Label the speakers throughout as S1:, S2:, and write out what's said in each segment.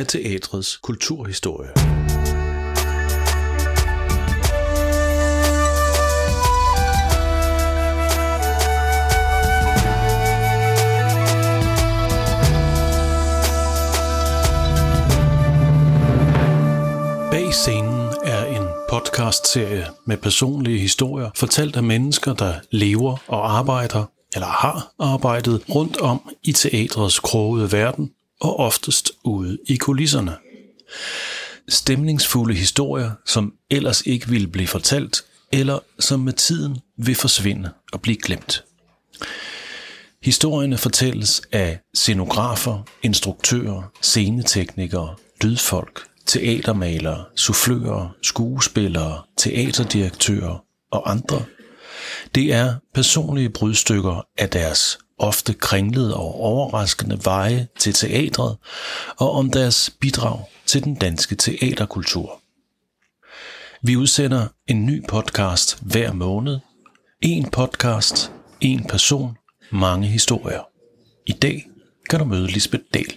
S1: teatrets kulturhistorie. Bag scenen er en podcastserie med personlige historier, fortalt af mennesker, der lever og arbejder, eller har arbejdet rundt om i teatrets krogede verden, og oftest ude i kulisserne. Stemningsfulde historier, som ellers ikke ville blive fortalt, eller som med tiden vil forsvinde og blive glemt. Historierne fortælles af scenografer, instruktører, sceneteknikere, lydfolk, teatermalere, soufflører, skuespillere, teaterdirektører og andre. Det er personlige brudstykker af deres ofte kringlede og overraskende veje til teatret og om deres bidrag til den danske teaterkultur. Vi udsender en ny podcast hver måned. En podcast, en person, mange historier. I dag kan du møde Lisbeth Dahl.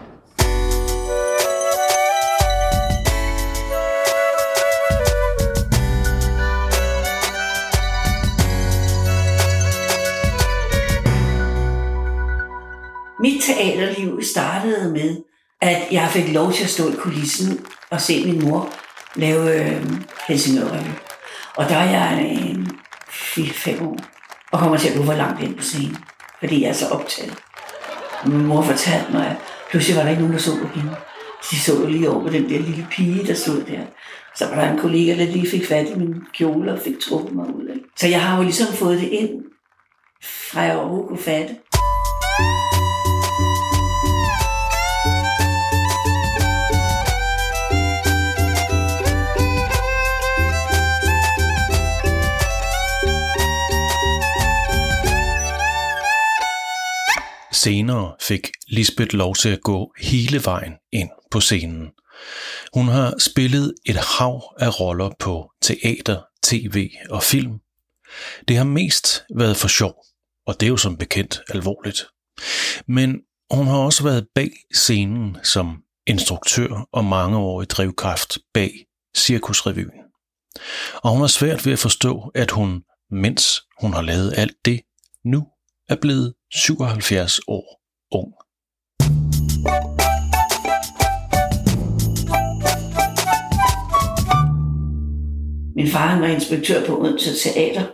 S2: Mit teaterliv startede med, at jeg fik lov til at stå i kulissen og se min mor lave Helsingør-revy. Og der er jeg 4-5 år og kommer til at gå for langt ind på scenen, fordi jeg er så optaget. Min mor fortalte mig, at pludselig var der ikke nogen, der så på hende. De så jo lige over på den der lille pige, der stod der. Så var der en kollega, der lige fik fat i min kjole og fik trukket mig ud af. Så jeg har jo ligesom fået det ind, fra jeg overhovedet kunne fatte.
S1: Senere fik Lisbeth lov til at gå hele vejen ind på scenen. Hun har spillet et hav af roller på teater, tv og film. Det har mest været for sjov, og det er jo som bekendt alvorligt. Men hun har også været bag scenen som instruktør og mangeårig drivkraft bag Cirkusrevyen. Og hun har svært ved at forstå, at hun, mens hun har lavet alt det, nu er blevet 77 år ung.
S2: Min far var inspektør på Odense Teater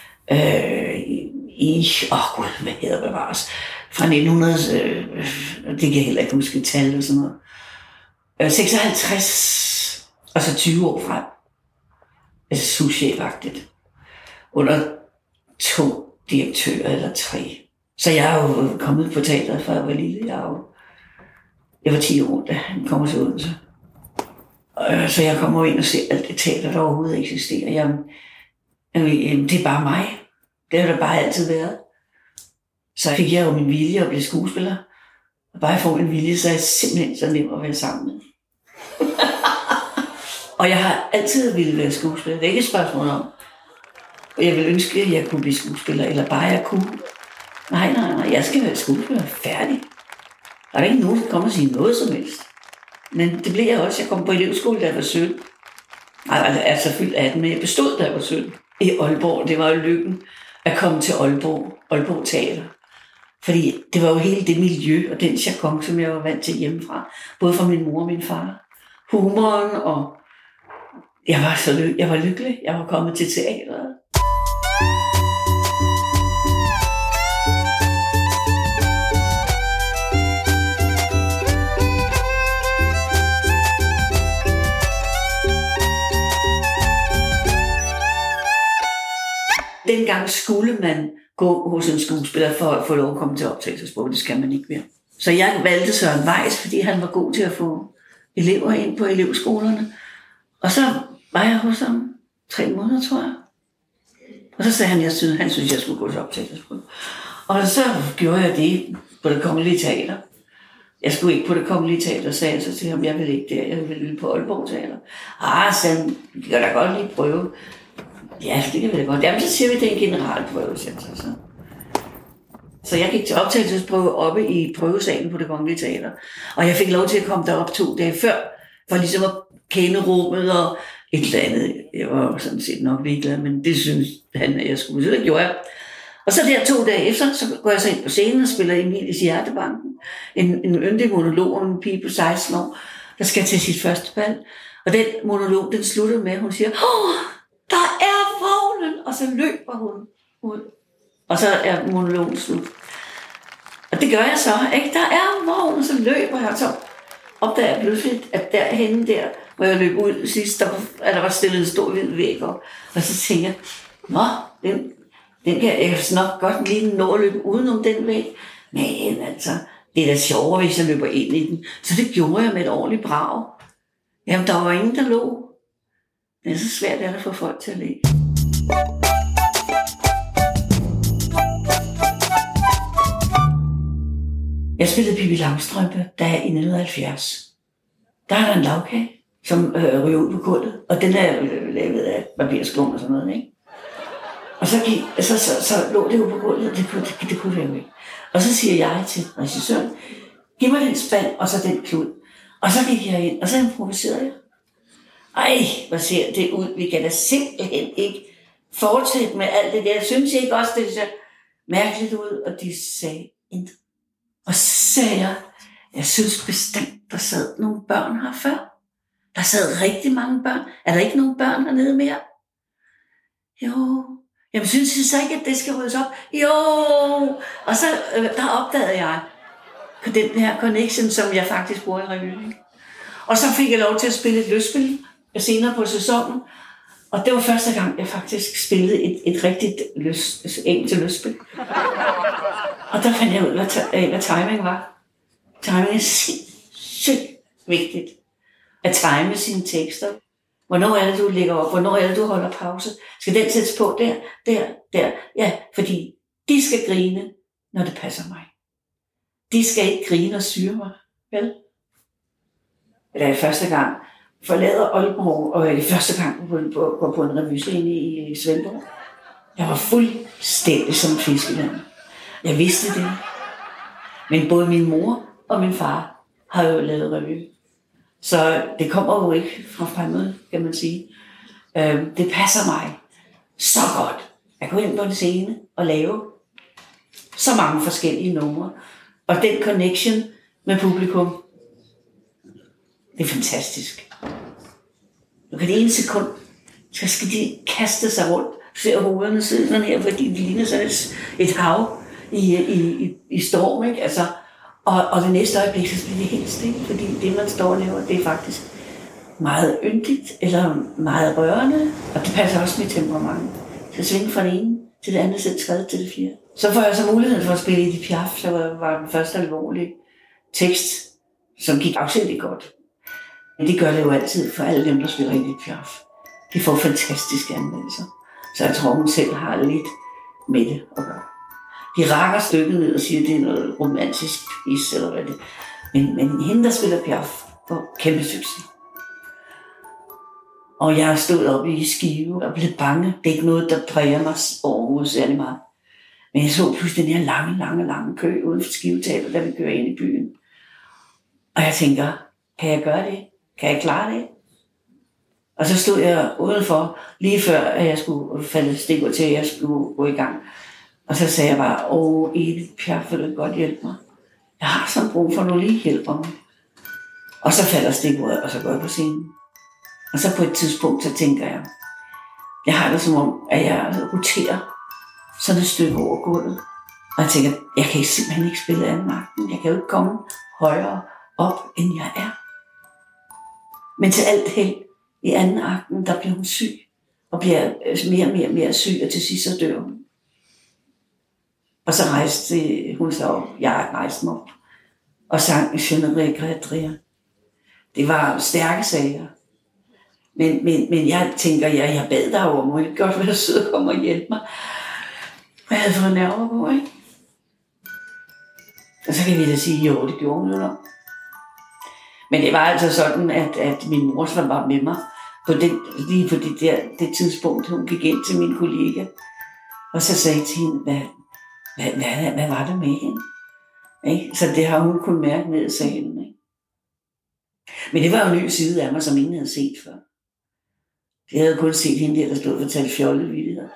S2: hvad hedder det bevares, fra 1900, det kan jeg heller ikke huske tal og sådan noget. 56 og så 20 år frem. Altså souschef-agtigt. Under 2 direktører eller 3. Så jeg er jo kommet på teateret, fra jeg var lille. Jeg var 10 år, da han kom til Odense. Så jeg kommer ind og ser alt det teater, der overhovedet eksisterer. Det er bare mig. Det har der bare altid været. Så fik jeg jo min vilje at blive skuespiller. Og bare jeg får min vilje, så er jeg simpelthen så nem at være sammen med. Og jeg har altid ville være skuespiller. Det er ikke et spørgsmål om. Og jeg ville ønske, at jeg kunne blive skuespiller, eller bare jeg kunne. Nej, jeg skal være skuespiller. Færdig. Der er ikke nogen, der kommer og siger noget som helst. Men det blev jeg også. Jeg kom på elevskole, da jeg var 17. Altså fyldt 18, men jeg bestod, da jeg var 17. I Aalborg. Det var jo lykken at komme til Aalborg Teater. Fordi det var jo hele det miljø og den jargon, som jeg var vant til hjemmefra. Både fra min mor og min far. Humoren og... Jeg var lykkelig. Jeg var kommet til teateret. Dengang skulle man gå hos en skuespiller for at få lov at komme til optagelsesprøve. Det skal man ikke mere. Så jeg valgte Søren Weiss, fordi han var god til at få elever ind på elevskolerne. Og så var jeg hos ham 3 måneder, tror jeg. Og så sagde han synes, jeg skulle gå til optagelsesprøve. Og så gjorde jeg det på Det Kongelige Teater. Jeg skulle ikke på Det Kongelige Teater, sagde jeg så til ham, jeg vil ikke der, jeg vil på Aalborg Teater. Sagde han, vi kan da godt lige prøve. Ja, det kan vi da godt. Jamen, så siger vi, det er en generalprøve, siger han så. Så jeg gik til optagelsesprøve oppe i prøvesalen på Det Kongelige Teater. Og jeg fik lov til at komme derop 2 dage før, for ligesom at kende rummet og et eller andet. Jeg var sådan set nok ligeglad, men det synes han, at jeg skulle. Så det gjorde jeg. Og så der 2 dage efter, så går jeg så ind på scenen og spiller Emilies Hjertebanken. En yndig monolog om en pige på 16 år, der skal til sit første bal. Og den monolog, den slutter med, at hun siger, der er vognen! Og så løber hun ud. Og så er monologen slut. Og det gør jeg så, ikke? Der er vognen, så løber jeg. Så opdager jeg pludselig, at derhenne der, hvor jeg løb ud sidst, der var stillet en stor hvid væg op. Og så tænker jeg, den kan jeg nok godt lige nå at løbe udenom den væg. Men altså, det er da sjovere, hvis jeg løber ind i den. Så det gjorde jeg med et ordentligt brag. Jamen, der var ingen, der lå. Det er så svært at få folk til at le. Jeg spillede Pippi Langstrømpe, der er i 1970. Der er der en lavkage, som ryger ud på gulvet, og den er lavet af papirsklum og sådan noget, ikke? Og så lå det jo på gulvet, og det kunne være ikke. Og så siger jeg til regissøren, giv mig den spand, og så den klud. Og så gik jeg ind, og så improviserede jeg. Ej, hvor ser det ud, vi kan da simpelthen ikke fortsætte med alt det der. Jeg synes ikke også, det ser mærkeligt ud, og de sagde intet. Og så sagde jeg synes bestemt, der sad nogle børn her før. Der sad rigtig mange børn. Er der ikke nogen børn hernede mere? Jo. Jamen, synes I så ikke, at det skal ryddes op? Jo. Og så der opdagede jeg den her connection, som jeg faktisk bruger i revyen. Og så fik jeg lov til at spille et lystspil senere på sæsonen. Og det var første gang, jeg faktisk spillede et rigtigt enkelt lystspil. Og der fandt jeg ud af, hvad timing var. Timing er sindssygt vigtigt. At time sine tekster. Hvornår er det, du lægger op? Hvornår er det, du holder pause? Skal den sættes på der? Ja, fordi de skal grine, når det passer mig. De skal ikke grine og syre mig, vel? Da jeg første gang forlader Aalborg, og jeg første gang går på en revyscene i Svendborg. Jeg var fuldstændig som fiskeland. Jeg vidste det. Men både min mor og min far har jo lavet revy. Så det kommer jo ikke fra fremmed, kan man sige. Det passer mig så godt at gå ind på en scene og lave så mange forskellige numre. Og den connection med publikum, det er fantastisk. Nu kan det ene sekund, så skal de kaste sig rundt, ser hovederne sidde her, fordi de ligner sådan et hav i storm, ikke? Altså, og det næste øjeblik, så bliver det helt stille, fordi det, man står og laver, det er faktisk meget yndigt, eller meget rørende, og det passer også med temperament. Så svinge fra det ene til det andet, sætte skrevet til det fjerde. Så får jeg så muligheden for at spille Edith Piaf, så var den første alvorlige tekst, som gik afsindigt godt. Men det gør det jo altid for alle dem, der spiller Edith Piaf. De får fantastiske anmeldelser. Så jeg tror, hun selv har lidt med det at gøre. De rakker stykket ned og siger, at det er noget romantisk pis, eller hvad det er. Men hende, der spiller Piaf, får kæmpe succes. Og jeg har stået oppe i Skive og blevet bange. Det er ikke noget, der præger mig overhovedet særlig meget. Men jeg så pludselig den her lange kø uden for Skive Teater, da vi kører ind i byen. Og jeg tænker, kan jeg gøre det? Kan jeg klare det? Og så stod jeg udenfor, lige før at jeg skulle falde stikker til, at jeg skulle gå i gang. Og så sagde jeg bare, Edith Piaf, vil du godt hjælpe mig? Jeg har sådan brug for, at du lige hjælper mig. Og så falder stikordet, og så går jeg på scenen. Og så på et tidspunkt, så tænker jeg har det som om, at jeg roterer sådan et stykke over gulvet. Og jeg tænker, jeg kan simpelthen ikke spille anden magten. Jeg kan jo ikke komme højere op, end jeg er. Men til alt held i anden akten, der bliver hun syg. Og bliver mere syg, og til sidst så dør hun. Og så rejste hun sig op. Jeg rejste mig op. Og sang Je ne regrette rien. Det var stærke sager. Men jeg tænker, jeg bad dig over, må jeg godt være sød og komme og hjælpe mig. Hvad havde jeg fået nerver på, ikke? Og så kan vi da sige, jo, det gjorde hun jo nok. Men det var altså sådan, at min mor var med mig lige på det tidspunkt, hun gik ind til min kollega. Og så sagde jeg til hende, hvad var det med hende? Ikke? Så det har hun kun mærke ned i salen. Ikke? Men det var jo en ny side af mig, som ingen havde set før. Jeg havde kun set hende der stod og fortalte fjollevilligheder.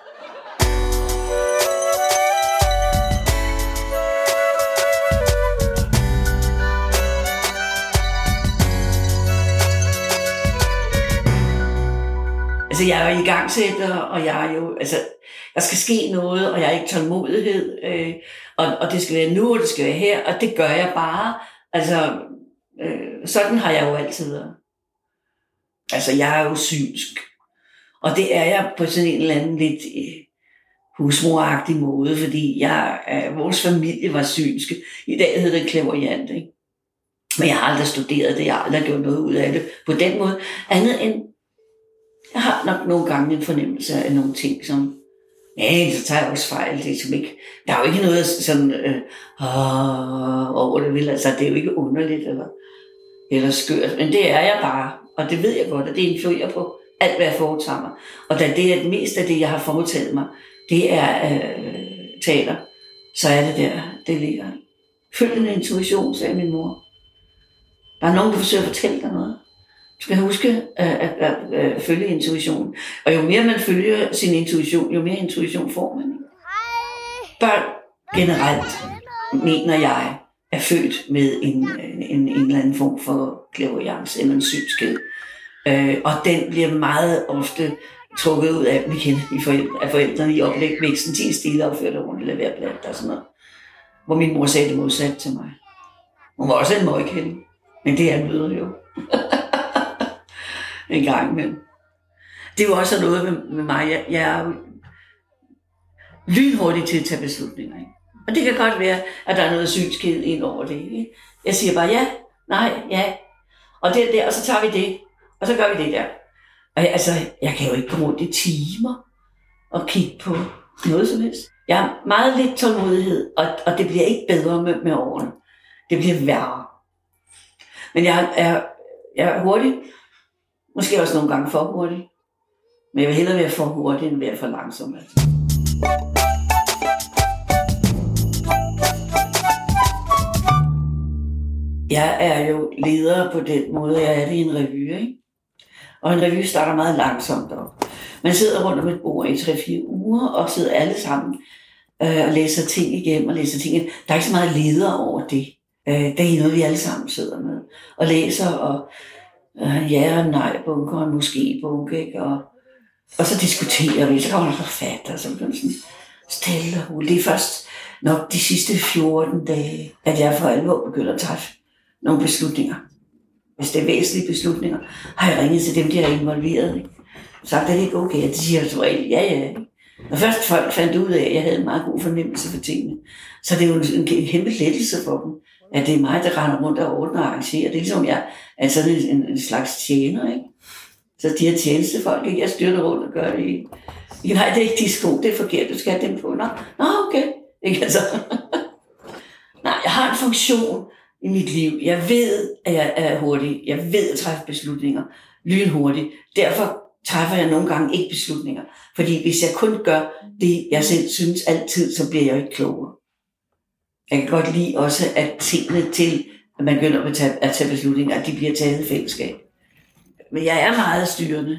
S2: Altså, jeg er jo igangsætter, og jeg er jo, altså, der skal ske noget, og jeg har ikke tålmodighed, og det skal være nu, og det skal være her, og det gør jeg bare. Altså, sådan har jeg jo altid været. Altså, jeg er jo synsk, og det er jeg på sådan en eller anden lidt husmoragtig måde, fordi vores familie var synske. I dag hedder det clairvoyant, ikke? Men jeg har aldrig studeret det, jeg har aldrig gjort noget ud af det på den måde, andet end jeg har nok nogle gange en fornemmelse af nogle ting, som, så tager jeg også fejl, det er som ikke, der er jo ikke noget sådan, over det, vel, altså det er jo ikke underligt, eller skørt, men det er jeg bare, og det ved jeg godt, og det influerer på alt, hvad jeg foretager mig, og da det er det meste af det, jeg har foretaget mig, det er taler, så er det der, det ligger. Følg den intuition, sagde min mor. Der er nogen, der forsøger at fortælle dig noget. Du skal huske at følge intuitionen. Og jo mere man følger sin intuition, jo mere intuition får man. Børn generelt, mener jeg, er født med en eller anden form for clairvoyance eller en synskhed. Og den bliver meget ofte trukket ud af, vi kender af forældrene i opvæksten, 10 stille opført rundt, eller være blandt og sådan noget. Hvor min mor sagde det modsat til mig. Hun var også en møgkælde, men det er en møder jo. En gang imellem. Det er jo også noget med mig. Jeg er jo lynhurtig til at tage beslutninger. Ikke? Og det kan godt være, at der er noget synskhed ind over det. Ikke? Jeg siger bare ja, nej, ja. Og det der, og så tager vi det. Og så gør vi det der. Og jeg kan jo ikke gå rundt i timer og kigge på noget som helst. Jeg har meget lidt tålmodighed, og det bliver ikke bedre med årene. Det bliver værre. Men jeg er hurtig. Måske også nogle gange for hurtig. Men jeg vil hellere være for hurtig, end være for langsom. Altså. Jeg er jo leder på den måde, jeg er det i en revue. Ikke? Og en revue starter meget langsomt op. Man sidder rundt om et bord i 3-4 uger, og sidder alle sammen og læser ting igennem og læser ting igennem. Der er ikke så meget leder over det. Det er noget, vi alle sammen sidder med og læser og ja og nej bunker og måske bunke, ikke? Og så diskuterer vi, så kommer der forfatter, som sådan stille og roligt. Det er først nok de sidste 14 dage, at jeg for alvor begynder at træffe nogle beslutninger. Hvis det er væsentlige beslutninger, har jeg ringet til dem, de har involveret. Ikke? Sagt, er det ikke okay? De siger så ja. Og først folk fandt ud af, at jeg havde en meget god fornemmelse for tingene. Så det er jo en kæmpe lettelse for dem, at det er mig, der render rundt og ordner og arrangerer. Det er ligesom, jeg er sådan en slags tjener, ikke? Så de her tjenestefolk, ikke? Jeg styrter rundt og gør det ikke. Nej, det er ikke de sko, det er forkert, du skal have dem på. Nå, okay. Ikke altså. Nej, jeg har en funktion i mit liv. Jeg ved, at jeg er hurtig. Jeg ved at træffe beslutninger lynhurtigt. Derfor træffer jeg nogle gange ikke beslutninger. Fordi hvis jeg kun gør det, jeg selv synes altid, så bliver jeg ikke klogere. Jeg kan godt lide også, at tingene til, at man begynder at tage beslutninger, at de bliver taget i fællesskab. Men jeg er meget styrende.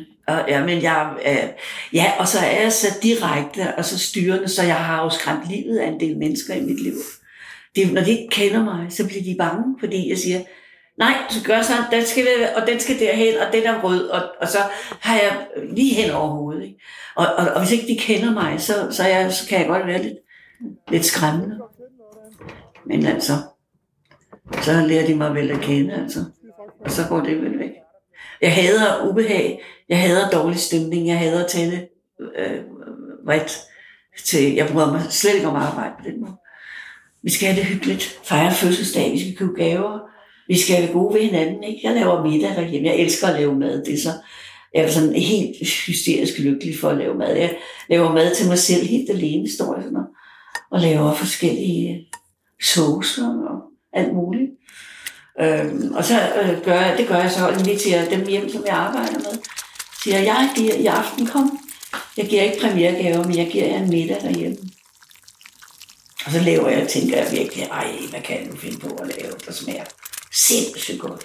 S2: Og så er jeg så direkte og så styrende, så jeg har jo skræmt livet af en del mennesker i mit liv. Når de ikke kender mig, så bliver de bange, fordi jeg siger, nej, så gør sådan, den skal være, og den skal derhen, og den er rød, og så har jeg lige hen over hovedet. Ikke? Og hvis ikke de kender mig, så kan jeg godt være lidt skræmmende. Men altså, så lærer de mig vel at kende, altså. Og så går det vel væk. Jeg hader ubehag, jeg hader dårlig stemning, jeg hader at tale vredt. Jeg bryder mig slet ikke om arbejde på den måde. Vi skal have det hyggeligt, fejre fødselsdag, vi skal købe gaver, vi skal være gode ved hinanden. Ikke? Jeg laver middag derhjemme, jeg elsker at lave mad. Det er så, jeg er sådan helt hysterisk lykkelig for at lave mad. Jeg laver mad til mig selv helt alene, står jeg sådan og laver forskellige saucer og alt muligt. Og så gør jeg så, inviterer dem hjem, som jeg arbejder med. Siger, jeg giver i aften, kom. Jeg giver ikke premieregaver, men jeg giver jer en middag derhjemme. Og så laver jeg, tænker jeg virkelig, hvad kan jeg nu finde på at lave, der smager sindssygt godt.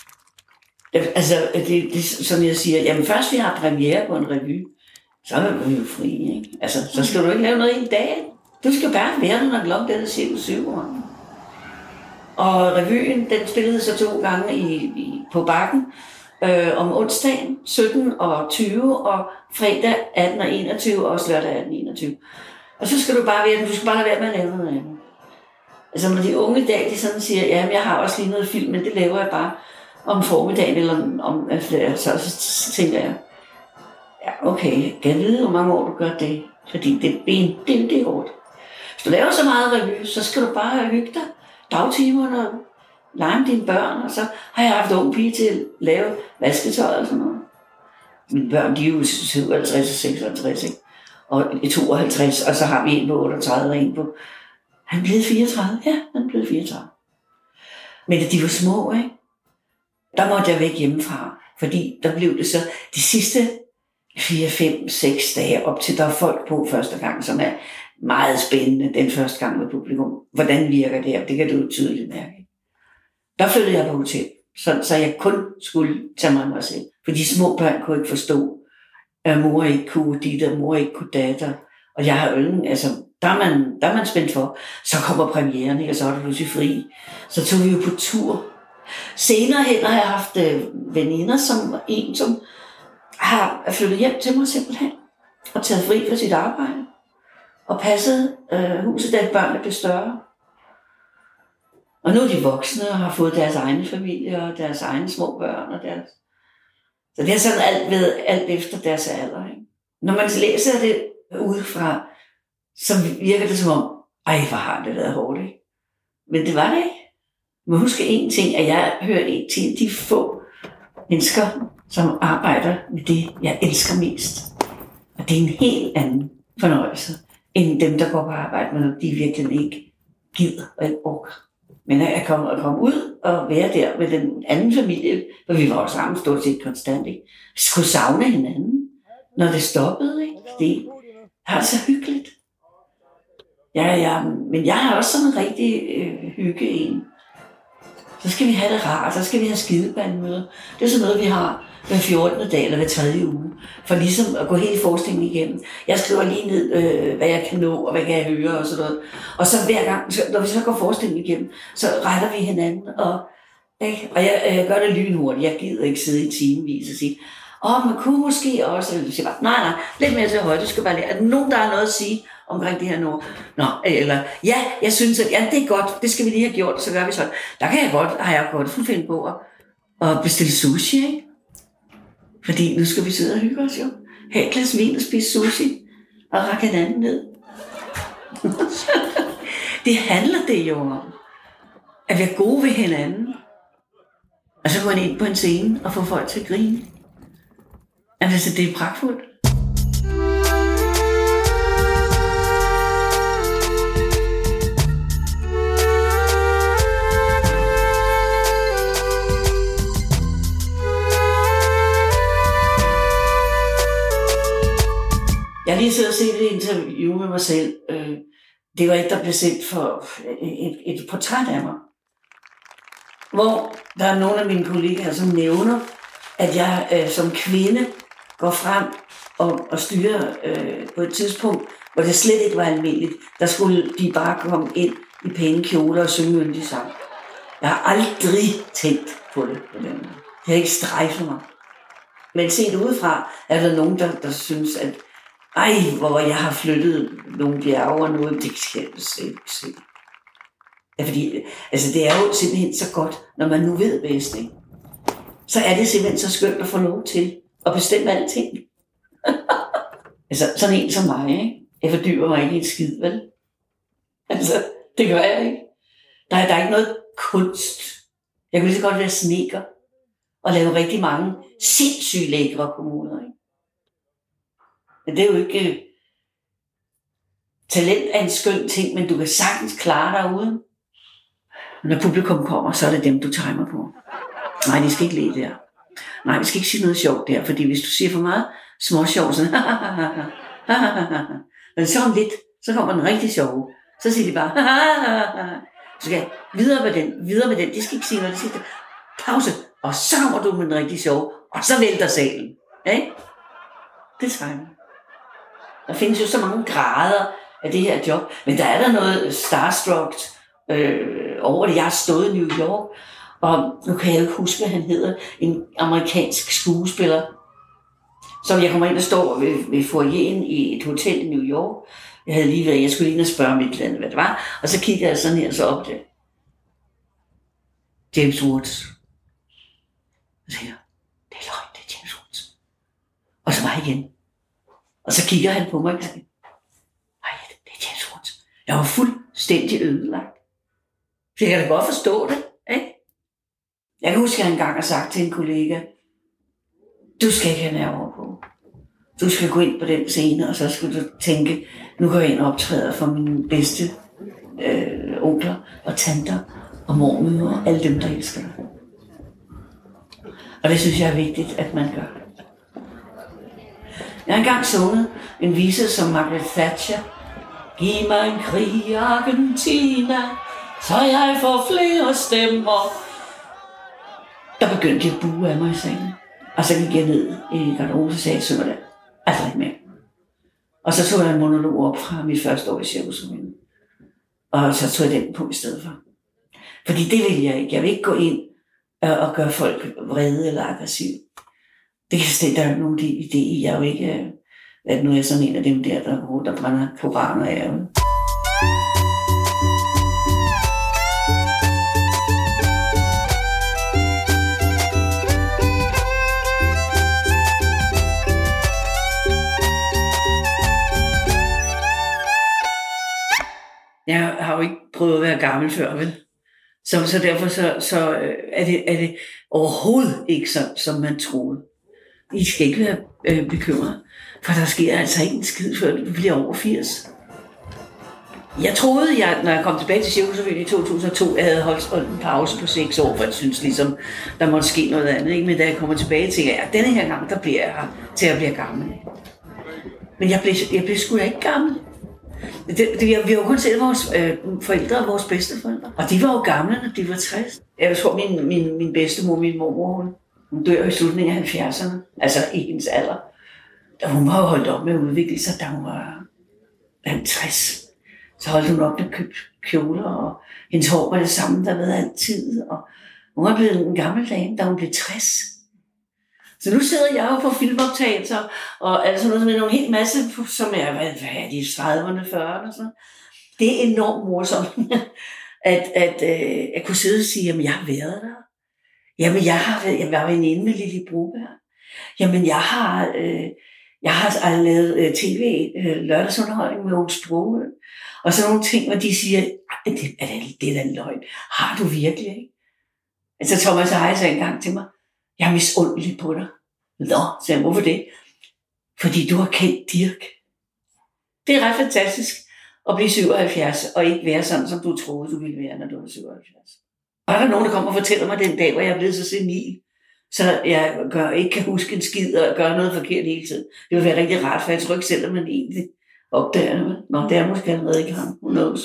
S2: Altså, det, som jeg siger, jamen først vi har premiere på en revy, så er vi jo fri, ikke? Altså, så skal du ikke lave noget i dag. Du skal bare være der, når klokken er cirka 7 år. Og revyen, den spillede så 2 gange på Bakken, om onsdagen 17 og 20, og fredag 18 og 21, og også lørdag 18 og 21. Og så skal du bare lade være med at lave noget andet. Altså når de unge i dag, de sådan siger, jamen jeg har også lige noget film, men det laver jeg bare om formiddagen, eller om så tænker jeg, ja okay, kan jeg vide, hvor mange år du gør det? Fordi det er hårdt. Hvis du laver så meget revy, så skal du bare hygge dig dagtimerne og lege med dine børn, og så har jeg haft unge pige til at lave vasketøj og sådan noget. Mine børn, de er jo 57 og 56, ikke? Og i 52, og så har vi en på 38 og en på... Han er blevet 34. Ja, han er blevet 34. Men da de var små, ikke? Der måtte jeg væk hjemmefra, fordi der blev det så de sidste 4, 5, 6 dage op til, der er folk på første gang, som er meget spændende den første gang med publikum. Hvordan virker det her? Det kan du jo tydeligt mærke. Der flyttede jeg på hotel, så jeg kun skulle tage mig selv. For de små børn kunne ikke forstå, at mor ikke kunne dit, og mor ikke kunne datter. Og jeg har øllen, altså, der er man spændt for. Så kommer premieren, ikke? Og så er det pludselig fri. Så tog vi jo på tur. Senere hen har jeg haft veninder, som har flyttet hjem til mig simpelthen. Og taget fri fra sit arbejde. Og passet huset, da børnene blev større. Og nu er de voksne og har fået deres egne familier og deres egne små børn. Og deres... Så det er sådan alt efter deres alder. Ikke? Når man læser det udefra, så virker det som om, hvor har det været hårdt, ikke? Men det var det ikke. Man husker en ting, at jeg hører en til de få mennesker, som arbejder med det, jeg elsker mest. Og det er en helt anden fornøjelse, end dem, der går på arbejde, men de virkelig ikke gider og ikke orker. Men at komme ud og være der med den anden familie, for vi var jo sammen stort set konstant, ikke? Vi skulle savne hinanden, når det stoppede, ikke? Det har det så hyggeligt. Ja, men jeg har også sådan en rigtig hygge en. Så skal vi have det rart, så skal vi have skidebandmøder. Det er sådan noget, vi har hver 14. dag eller hver 3. uge. For ligesom at gå hele forestillingen igennem. Jeg skriver lige ned, hvad jeg kan nå, og hvad kan jeg høre, og sådan noget. Og så hver gang, når vi så går forestillingen igennem, så retter vi hinanden, og jeg gør det lynhurtigt. Jeg gider ikke sidde i timevis og sige, man kunne måske også, eller sige bare, nej, lidt mere til højde, du skal bare lære. Er der nogen, der har noget at sige omkring det her nu? Nå, eller, ja, jeg synes, at det er godt, det skal vi lige have gjort, så gør vi sådan. Der har jeg godt finde på at bestille sushi, ikke? Fordi nu skal vi sidde og hygge os jo. Have et glas vin og spise sushi, og række hinanden ned. Det handler det jo om, at være gode ved hinanden. Og så gå ind på en scene og få folk til at grine. Altså, det er pragtfuldt. Jeg har lige siddet og set et interview med mig selv. Det var et, der blev sendt for et portræt af mig. Hvor der er nogle af mine kollegaer, som nævner, at jeg som kvinde går frem og styrer på et tidspunkt, hvor det slet ikke var almindeligt. Der skulle de bare komme ind i pæne kjoler og synge yndig sang. Jeg har aldrig tænkt på det på den måde. Det har ikke strejfet mig. Men set udefra er der nogen, der synes, at hvor jeg har flyttet nogle bjerge og noget, det skal jeg slet ikke se. Ja, fordi altså, det er jo simpelthen så godt, når man nu ved bedst, ikke? Så er det simpelthen så skønt at få lov til at bestemme alting. Altså, sådan en som mig, ikke? Jeg fordyber mig ikke i et skid, vel? Altså, det gør jeg ikke. Der er ikke noget kunst. Jeg kunne lige så godt være snedker og lave rigtig mange sindssygt lækre kommuner, ikke? Men det er jo ikke... Talent er en skøn ting, men du kan sagtens klare dig uden. Når publikum kommer, så er det dem, du timer på. Nej, de skal ikke le der. Nej, vi skal ikke sige noget sjovt der, fordi hvis du siger for meget småsjov, sådan men så om lidt, så kommer den rigtig sjov. Så siger de bare, så skal jeg videre med den, de skal ikke sige noget, de skal pause, og så må du med en rigtig sjov, og så vælter salen. Ikke? Det tegner. Der findes jo så mange grader af det her job, men der er der noget starstruck over det. Jeg har stået i New York, og nu kan jeg ikke huske, hvad han hedder, en amerikansk skuespiller, som jeg kommer ind og står ved foyeren i et hotel i New York. Jeg skulle ind og spørge om et eller andet, hvad det var, og så kigger jeg sådan her, så op det. James Woods. Og så siger jeg, det er løgn, det er James Woods. Og så var jeg igen. Og så kigger han på mig og siger, nej, det er James Woods. Jeg var fuldstændig ødelagt. Så jeg kan da godt forstå det, ikke? Jeg kan huske, at jeg engang har sagt til en kollega, du skal ikke have nerver på. Du skal gå ind på den scene, og så skal du tænke, nu går jeg ind og optræder for mine bedste onkler og tanter og mormødre og alle dem, der elsker dig. Og det synes jeg er vigtigt, at man gør. Jeg har engang sunget en vise som Margaret Thatcher. Giv mig en krig i Argentina, så jeg får flere stemmer. Der begyndte de at buge af mig i sengen. Og så gik jeg ned i garderoben og sagde, synger det. Altså ikke mere. Og så tog jeg en monolog op fra mit første år i Cirkusrevyen. Og så tog jeg den på i stedet for. Fordi det vil jeg ikke. Jeg vil ikke gå ind og gøre folk vrede eller aggressive. Det kan slet, der er nogen idé. Jeg er jo ikke, at nu er jeg sådan en af dem der brænder koraner af. Jeg har jo ikke prøvet at være gammel før, vel? Så derfor så er det overhovedet ikke sådan, som man troede. I skal ikke være bekymret, for der sker altså ikke en skid, før du bliver over 80. Jeg troede, når jeg kom tilbage til Cirkusrevyen i 2002, jeg havde holdt en pause på 6 år, for jeg synes ligesom, der måtte ske noget andet. Ikke? Men da jeg kommer tilbage, tænker jeg, denne her gang, der bliver jeg her til at blive gammel. Men jeg blev sgu da ikke gammel. Vi har jo kun set vores forældre og vores bedsteforældre. Og de var jo gamle, når de var 60. Jeg tror, min bedstemor, min mormor, hun dør i slutningen af 70'erne. Altså i hendes alder. Og hun var jo holdt op med at udvikle sig, da hun var 50. Så holdt hun op med at købe kjoler, og hendes hår var det samme, der havde altid. Og hun var blevet en gammel dame, da hun blev 60. Så nu sidder jeg jo på filmoptagelser, og altså noget med nogle helt masse, som er, hvad er de, 30'erne, 40'erne og sådan. Det er enormt morsomt, at kunne sidde og sige, jamen jeg har været der. Jamen jeg var veninde med Lili Broberg. Jamen jeg har lavet tv, lørdagsunderholdning med Ole Sprogøe. Og så nogle ting, hvor de siger, det er da en løgn. Har du virkelig, ikke? Altså Thomas Eje sagde engang til mig, jeg er misundelig på dig. Nå, sagde jeg, hvorfor det? Fordi du har kendt Dirch. Det er ret fantastisk at blive 77 og ikke være sådan, som du troede, du ville være, når du var 77. Og der er nogen, der kommer og fortæller mig den dag, hvor jeg er blevet så senil, så jeg ikke kan huske en skid og gøre noget forkert hele tiden. Det vil være rigtig rart, for jeg tror ikke selv, at man egentlig opdager det. Nå, det er måske allerede ikke ham. Who knows?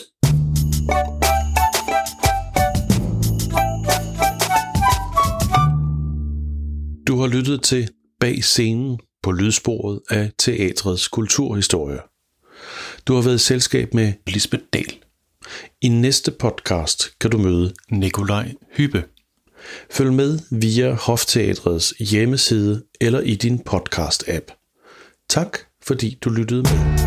S1: Du har lyttet til Bag scenen på lydsporet af teatrets kulturhistorie. Du har været i selskab med Lisbeth Dahl. I næste podcast kan du møde Nikolaj Hübbe. Følg med via Hofteatrets hjemmeside eller i din podcast-app. Tak fordi du lyttede med.